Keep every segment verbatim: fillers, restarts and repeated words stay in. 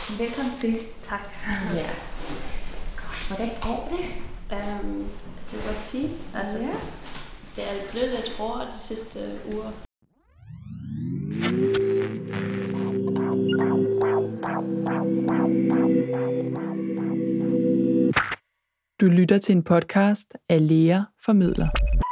Velkommen til. Tak. Ja. Godt. Hvordan går det? Um, det var fint. Altså, ja. Det er blevet lidt hårdere de sidste uger. Du lytter til en podcast af Læger Formidler.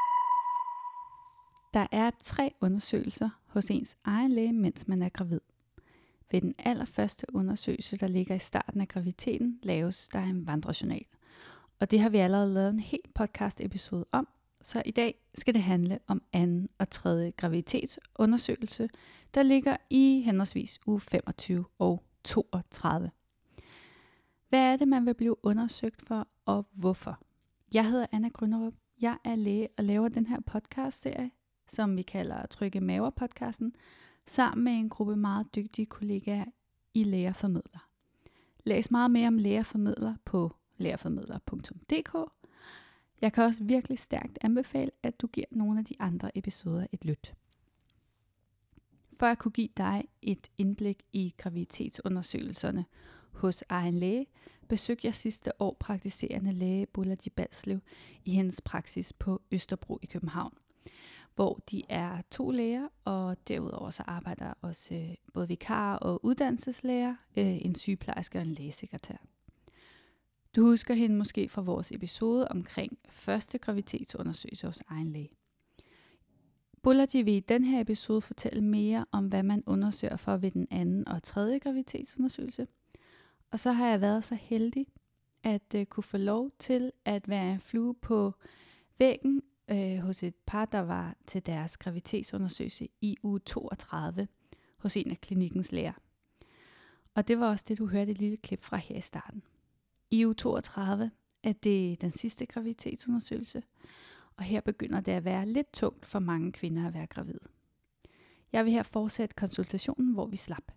Der er tre undersøgelser hos ens egen læge, mens man er gravid. Ved den allerførste undersøgelse, der ligger i starten af graviditeten, laves der en vandrejournal. Og det har vi allerede lavet en helt podcast episode om, så i dag skal det handle om anden og tredje graviditetsundersøgelse, der ligger i henholdsvis uge femogtyve og toogtredive. Hvad er det, man vil blive undersøgt for, og hvorfor? Jeg hedder Anna Grønnerup. Jeg er læge og laver den her podcast-serie, som vi kalder Trygge Maver-podcasten, sammen med en gruppe meget dygtige kollegaer i Læger Formidler. Læs meget mere om Læger Formidler på lægerformidler punktum d k. Jeg kan også virkelig stærkt anbefale, at du giver nogle af de andre episoder et lyt. For at kunne give dig et indblik i graviditetsundersøgelserne hos egen læge, besøgte jeg sidste år praktiserende læge Bolaji Balslev i hendes praksis på Østerbro i København, hvor de er to læger, og derudover så arbejder også øh, både vikarer og uddannelseslæger, øh, en sygeplejerske og en lægesekretær. Du husker hende måske fra vores episode omkring første graviditetsundersøgelse hos egen læge. Bolaji vil i den her episode fortælle mere om, hvad man undersøger for ved den anden og tredje graviditetsundersøgelse. Og så har jeg været så heldig at øh, kunne få lov til at være en flue på væggen øh, hos et par, der var til deres graviditetsundersøgelse i uge toogtredive hos en af klinikkens læger. Og det var også det, du hørte et lille klip fra her i starten. I uge toogtredive er det den sidste graviditetsundersøgelse, og her begynder det at være lidt tungt for mange kvinder at være gravide. Jeg vil her fortsætte konsultationen, hvor vi slap.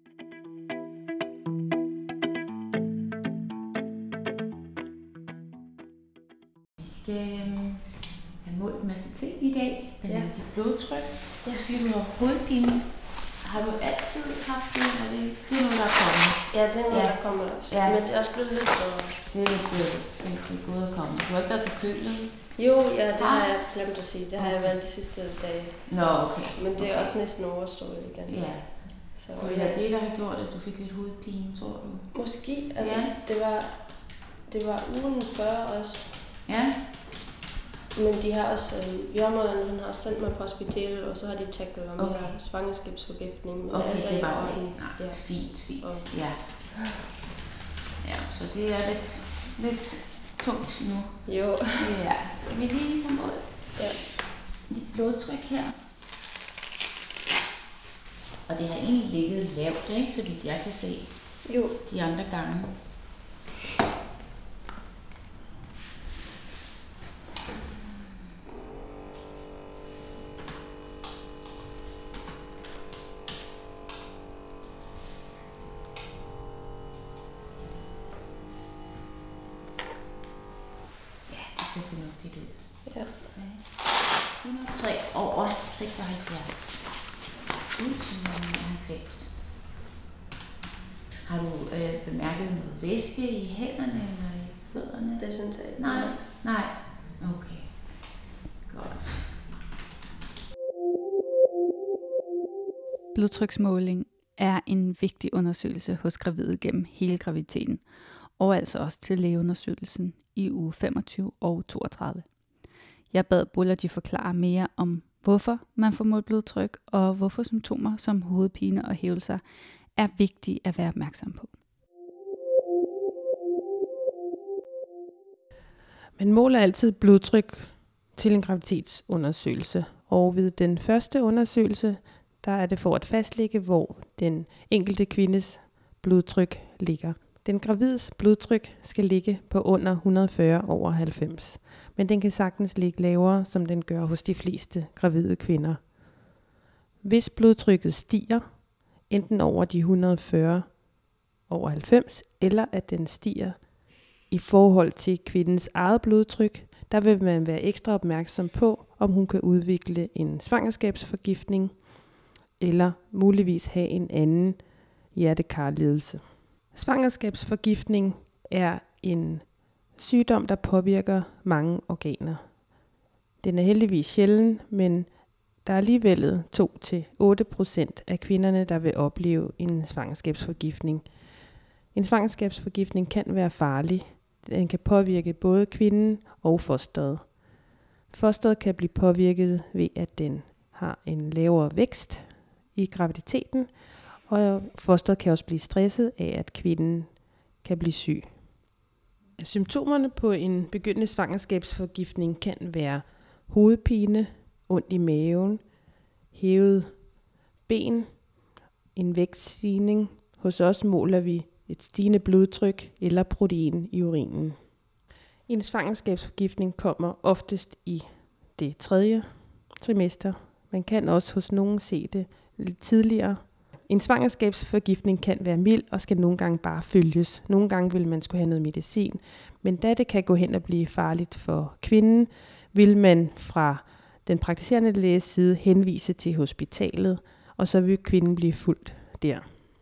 Vi skal øhm, have målt en masse ting i dag. Blandt andet Ja. dit blodtryk. Ja. Du siger, du har hovedpine. Har du altid haft det, eller det, det er noget, der er kommet? Ja, det er noget, Ja. der kommer også. Ja. Men det er også blevet lidt bedre. Det er blevet det er gået og kommet. Du har ikke været forkølet? Jo, ja, det Ah. har jeg glemt at sige. Det har Okay. jeg været de sidste dage. Nå, okay. Men det er okay. også næsten overstået igen. Ja. Så, Kunne det være det, der har gjort, at du fik lidt hovedpine, tror du? Måske, altså Ja. det var, det var ugen før også. Ja. Men de har også, øh, jordmoderen hun har sendt mig på hospitalet, og så har de tjekket om Okay. jeg har svangerskabsforgiftning. Men Okay, alt er det i var det orden. ikke. Nej, Ja. fint, fint. Og- Ja. Ja, så det er lidt, lidt tungt nu. Jo. Ja, skal vi lige have målt Ja. dit blodtryk her? Og det har egentlig ligget lavt, ikke? Så vidt jeg kan se Jo. de andre gange. Ja, det ser fornuftigt ud. Ja. Okay. et hundrede og tre over seksoghalvfjerds. Puls halvfems. Har du øh, bemærket noget væske i hænderne eller i fødderne? Det synes jeg ikke. Nej, nej. Okay. Godt. Blodtryksmåling er en vigtig undersøgelse hos gravide gennem hele graviditeten, og altså også til lægeundersøgelsen i uge femogtyve og toogtredive. Jeg bad Bolaji forklare mere om, hvorfor man får målt blodtryk, og hvorfor symptomer som hovedpine og hævelser er vigtige at være opmærksom på. Man måler altid blodtryk til en graviditetsundersøgelse, og ved den første undersøgelse, der er det for at fastlægge, hvor den enkelte kvindes blodtryk ligger. Den gravides blodtryk skal ligge på under et hundrede og fyrre over halvfems, men den kan sagtens ligge lavere, som den gør hos de fleste gravide kvinder. Hvis blodtrykket stiger, enten over de et hundrede og fyrre over halvfems, eller at den stiger i forhold til kvindens eget blodtryk, der vil man være ekstra opmærksom på, om hun kan udvikle en svangerskabsforgiftning, eller muligvis have en anden hjertekarlidelse. Svangerskabsforgiftning er en sygdom, der påvirker mange organer. Den er heldigvis sjælden, men der er alligevel to til otte procent af kvinderne, der vil opleve en svangerskabsforgiftning. En svangerskabsforgiftning kan være farlig. Den kan påvirke både kvinden og fosteret. Fosteret kan blive påvirket ved, at den har en lavere vækst i graviditeten, og fosteret kan også blive stresset af, at kvinden kan blive syg. Symptomerne på en begyndende svangerskabsforgiftning kan være hovedpine, ondt i maven, hævet ben, en vægtstigning. Hos os måler vi et stigende blodtryk eller protein i urinen. En svangerskabsforgiftning kommer oftest i det tredje trimester. Man kan også hos nogen se det lidt tidligere. En svangerskabsforgiftning kan være mild og skal nogle gange bare følges. Nogle gange vil man skulle have noget medicin, men da det kan gå hen og blive farligt for kvinden, vil man fra den praktiserende læges side henvise til hospitalet, og så vil kvinden blive fulgt der.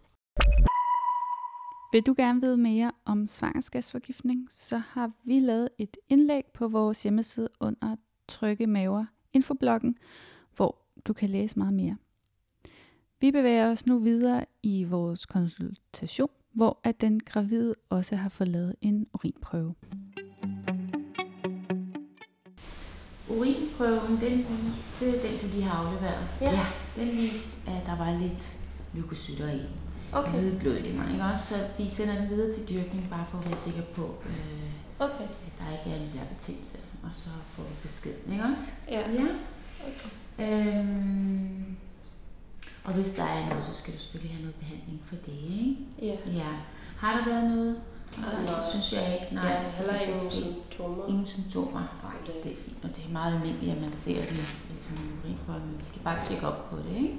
Vil du gerne vide mere om svangerskabsforgiftning, så har vi lavet et indlæg på vores hjemmeside under Trygge Maver infobloggen, hvor du kan læse meget mere. Vi bevæger os nu videre i vores konsultation, hvor at den gravide også har fået lavet en urinprøve. Urinprøven, den viste, den du lige har afleveret. Ja. ja den viste, at der var lidt leukocytter i. Okay. Hvide blodlemmer, ikke også? Så vi sender den videre til dyrkning, bare for at være sikker på, øh, Okay. at der ikke er en blærebetændelse. Og så får vi beskeden, ikke også? Ja. Ja. Okay. Øhm, og hvis der er noget, så skal du selvfølgelig have noget behandling for det, ikke? Ja. Ja. Har der været noget? Nej, Nej, det synes jeg ikke. Nej, Ja, så heller det er ingen fint. symptomer. Ingen symptomer. Nej, det- det er fint, og det er meget almindeligt, at man ser det i sådan en urinprøve, men vi skal bare tjekke op på det, ikke?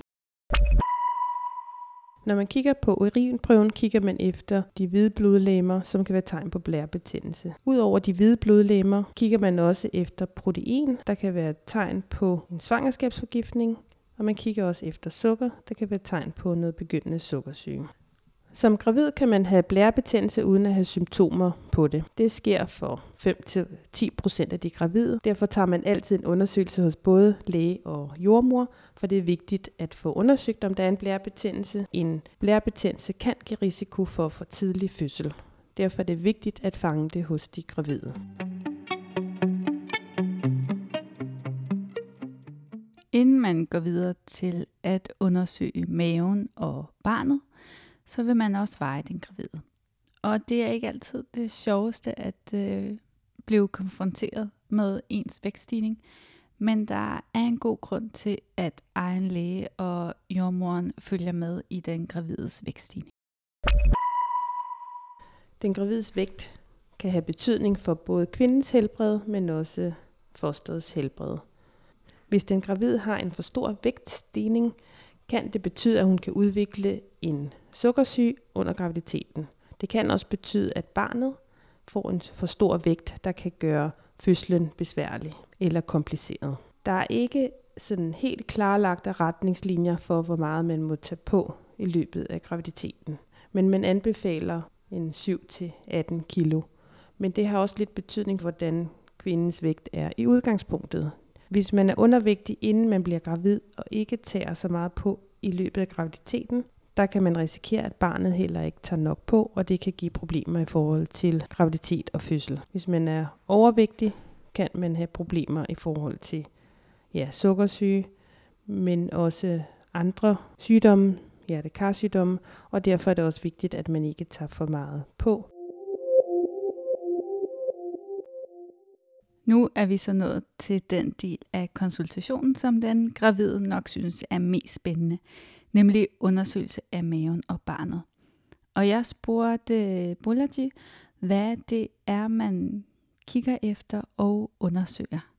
Når man kigger på urinprøven, kigger man efter de hvide blodlegemer, som kan være tegn på blærebetændelse. Udover de hvide blodlegemer, kigger man også efter protein, der kan være tegn på en svangerskabsforgiftning, og man kigger også efter sukker, der kan være tegn på noget begyndende sukkersyge. Som gravid kan man have blærebetændelse uden at have symptomer på det. Det sker for fem til ti procent af de gravide. Derfor tager man altid en undersøgelse hos både læge og jordmor, for det er vigtigt at få undersøgt, om der er en blærebetændelse. En blærebetændelse kan give risiko for for tidlig fødsel. Derfor er det vigtigt at fange det hos de gravide. Inden man går videre til at undersøge maven og barnet, så vil man også veje den gravide. Og det er ikke altid det sjoveste at øh, blive konfronteret med ens vægtstigning, men der er en god grund til, at egen læge og jordmoren følger med i den gravides vægtstigning. Den gravides vægt kan have betydning for både kvindens helbred, men også fosterets helbred. Hvis den gravide har en for stor vægtstigning, kan det betyde, at hun kan udvikle en sukkersyge under graviditeten. Det kan også betyde, at barnet får en for stor vægt, der kan gøre fødslen besværlig eller kompliceret. Der er ikke sådan helt klarlagte retningslinjer for, hvor meget man må tage på i løbet af graviditeten. Men man anbefaler en syv til atten kilo. Men det har også lidt betydning, hvordan kvindens vægt er i udgangspunktet. Hvis man er undervægtig, inden man bliver gravid og ikke tager så meget på i løbet af graviditeten, der kan man risikere, at barnet heller ikke tager nok på, og det kan give problemer i forhold til graviditet og fødsel. Hvis man er overvægtig, kan man have problemer i forhold til ja, sukkersyge, men også andre sygdomme, hjerte-karsygdomme, og derfor er det også vigtigt, at man ikke tager for meget på. Nu er vi så nået til den del af konsultationen, som den gravide nok synes er mest spændende, nemlig undersøgelse af maven og barnet. Og jeg spurgte Bolaji, hvad det er, man kigger efter og undersøger.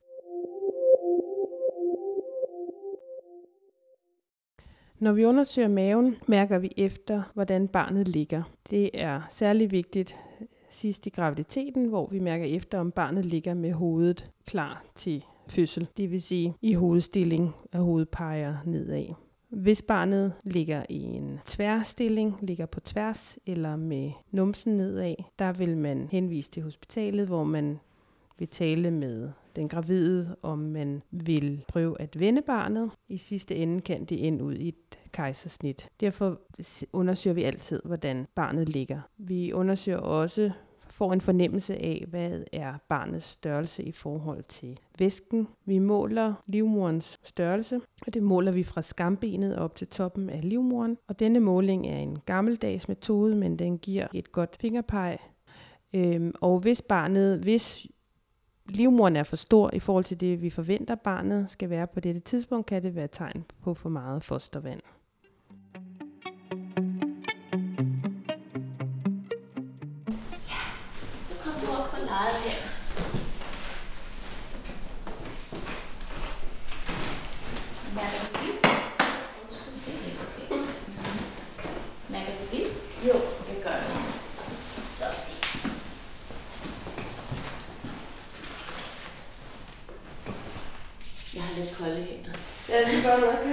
Når vi undersøger maven, mærker vi efter, hvordan barnet ligger. Det er særlig vigtigt sidst i graviditeten, hvor vi mærker efter, om barnet ligger med hovedet klar til fødsel. Det vil sige i hovedstilling, og hovedet peger nedad. Hvis barnet ligger i en tværstilling, ligger på tværs eller med numsen nedad, der vil man henvise til hospitalet, hvor man vil tale med den gravide, om man vil prøve at vende barnet. I sidste ende kan det ende ud i et kejsersnit. Derfor undersøger vi altid, hvordan barnet ligger. Vi undersøger også, får en fornemmelse af, hvad er barnets størrelse i forhold til væsken. Vi måler livmorens størrelse, og det måler vi fra skambenet op til toppen af livmoren. Og denne måling er en gammeldags metode, men den giver et godt fingerpeg. Øhm, og hvis barnet, hvis livmoren er for stor i forhold til det, vi forventer barnet skal være på dette tidspunkt, kan det være tegn på for meget fostervand. Leget her. Mærker du liv? Undskyld, det er ikke okay. Mærker du liv? Jo, det gør du. Så fint. Jeg har lidt kolde hænder. Ja, det er godt nok.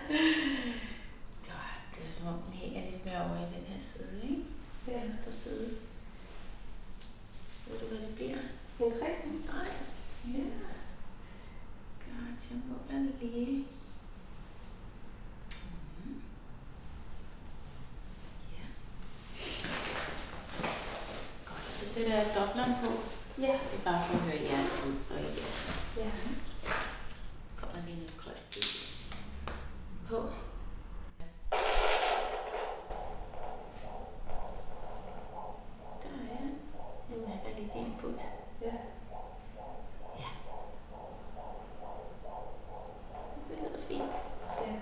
God, det er som om den hænger lidt mere over i den her side, ikke? Den venstre side. Ved du, hvad det bliver? En trækning? Nej. Ja. Godt, jeg måler det lige. Mm. Ja. Godt, så sætter jeg dobleren på. Ja. Det er bare for at høre hjertet ud og i hjertet. Ja. Kommer lige noget koldt på. Jeg mærker lidt din puls. Ja. Ja. Det lyder fint. Ja.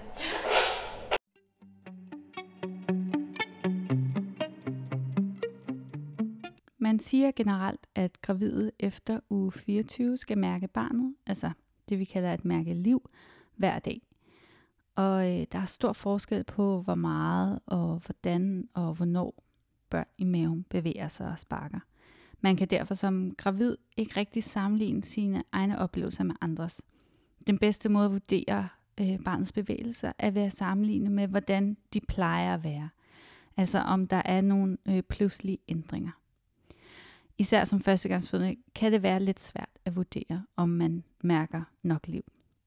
Man siger generelt, at gravide efter uge fireogtyve skal mærke barnet, altså det vi kalder at mærke liv, hver dag. Og øh, der er stor forskel på, hvor meget og hvordan og hvornår børn i maven bevæger sig og sparker. Man kan derfor som gravid ikke rigtig sammenligne sine egne oplevelser med andres. Den bedste måde at vurdere øh, barnets bevægelser er ved at sammenligne med, hvordan de plejer at være. Altså om der er nogle øh, pludselige ændringer. Især som førstegangsfødende kan det være lidt svært at vurdere, om man mærker nok liv.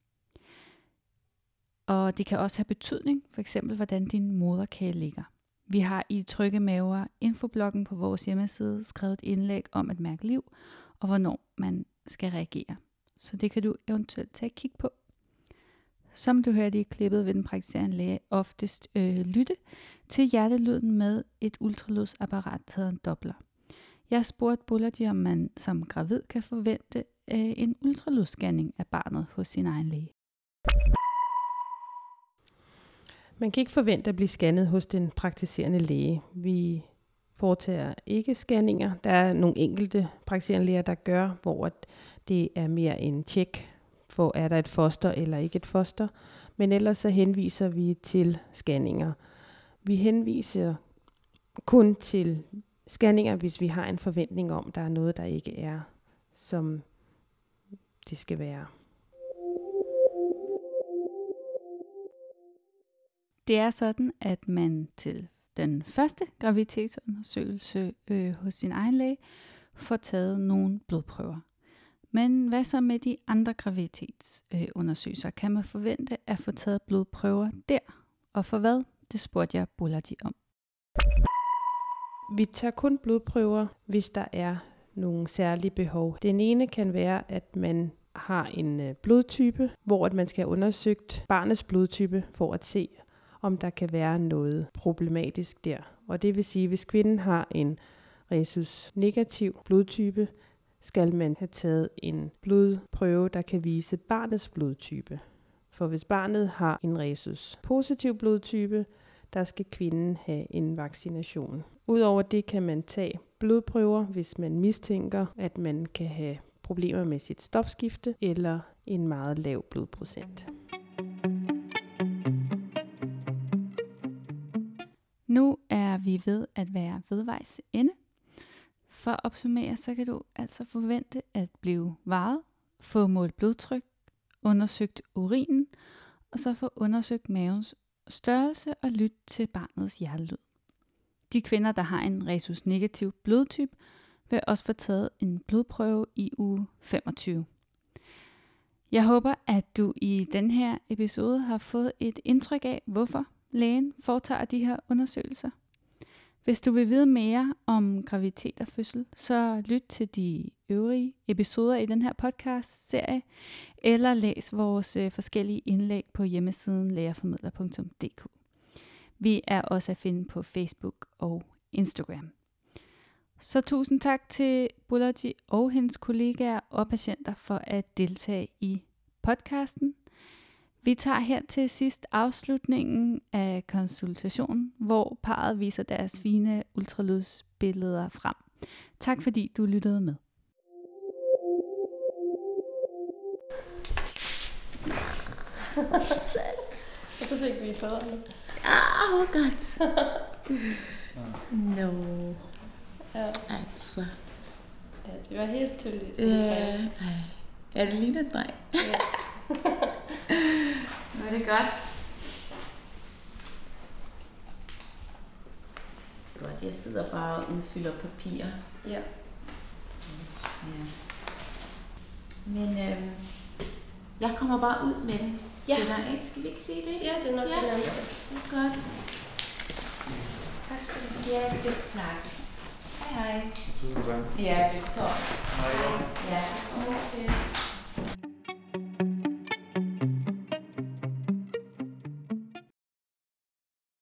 Og det kan også have betydning, for eksempel hvordan din moderkage ligger. Vi har i Trygge Maver infobloggen på vores hjemmeside skrevet et indlæg om at mærke liv, og hvornår man skal reagere. Så det kan du eventuelt tage et kig på. Som du hørte i klippet, vil den praktiserende læge oftest øh, lytte til hjertelyden med et ultralydsapparat, der hedder en Doppler. Jeg spurgte Boulaji, om man som gravid kan forvente øh, en ultralydsscanning af barnet hos sin egen læge. Man kan ikke forvente at blive scannet hos den praktiserende læge. Vi foretager ikke scanninger. Der er nogle enkelte praktiserende læger, der gør, hvor det er mere en tjek for, er der et foster eller ikke et foster. Men ellers så henviser vi til scanninger. Vi henviser kun til scanninger, hvis vi har en forventning om, der er noget, der ikke er, som det skal være. Det er sådan, at man til den første graviditetsundersøgelse øh, hos sin egen læge får taget nogle blodprøver. Men hvad så med de andre graviditetsundersøgelser? Øh, kan man forvente at få taget blodprøver der? Og for hvad? Det spurgte jeg Boulaji om. Vi tager kun blodprøver, hvis der er nogle særlige behov. Den ene kan være, at man har en blodtype, hvor man skal have undersøgt barnets blodtype for at se, om der kan være noget problematisk der. Og det vil sige, at hvis kvinden har en rhesus negativ blodtype, skal man have taget en blodprøve, der kan vise barnets blodtype. For hvis barnet har en rhesus positiv blodtype, der skal kvinden have en vaccination. Udover det kan man tage blodprøver, hvis man mistænker, at man kan have problemer med sit stofskifte eller en meget lav blodprocent. Nu er vi ved at være ved vejs ende. For at opsummere, så kan du altså forvente at blive vejet, få målt blodtryk, undersøgt urinen, og så få undersøgt mavens størrelse og lyt til barnets hjertelyd. De kvinder, der har en rhesus negativ blodtype, vil også få taget en blodprøve i uge femogtyve. Jeg håber, at du i den her episode har fået et indtryk af, hvorfor lægen foretager de her undersøgelser. Hvis du vil vide mere om graviditet og fødsel, så lyt til de øvrige episoder i den her podcast-serie, eller læs vores øh, forskellige indlæg på hjemmesiden lægerformidler punktum d k. Vi er også at finde på Facebook og Instagram. Så tusind tak til Bolaji og hendes kollegaer og patienter for at deltage i podcasten. Vi tager her til sidst afslutningen af konsultationen, hvor parret viser deres fine ultralydsbilleder frem. Tak fordi du lyttede med. Og så fik vi fødderne. Ah, hvor godt. No. Ja. Altså. Ja, det var helt tydeligt. Øh, ej. Ja, det ligner en dreng. Ja. Nu er det godt. Godt, jeg sidder bare og udfylder papirer. Ja. Ja. Men øhm, jeg kommer bare ud med den Ja. til dig, ikke? Skal vi ikke sige det? Ja, det er nok Ja. det nærmeste. Det er godt. Tak skal du have. Ja, selv tak. Hej hej. Tusind tak. Ja, velkommen. Hej. Ja, okay.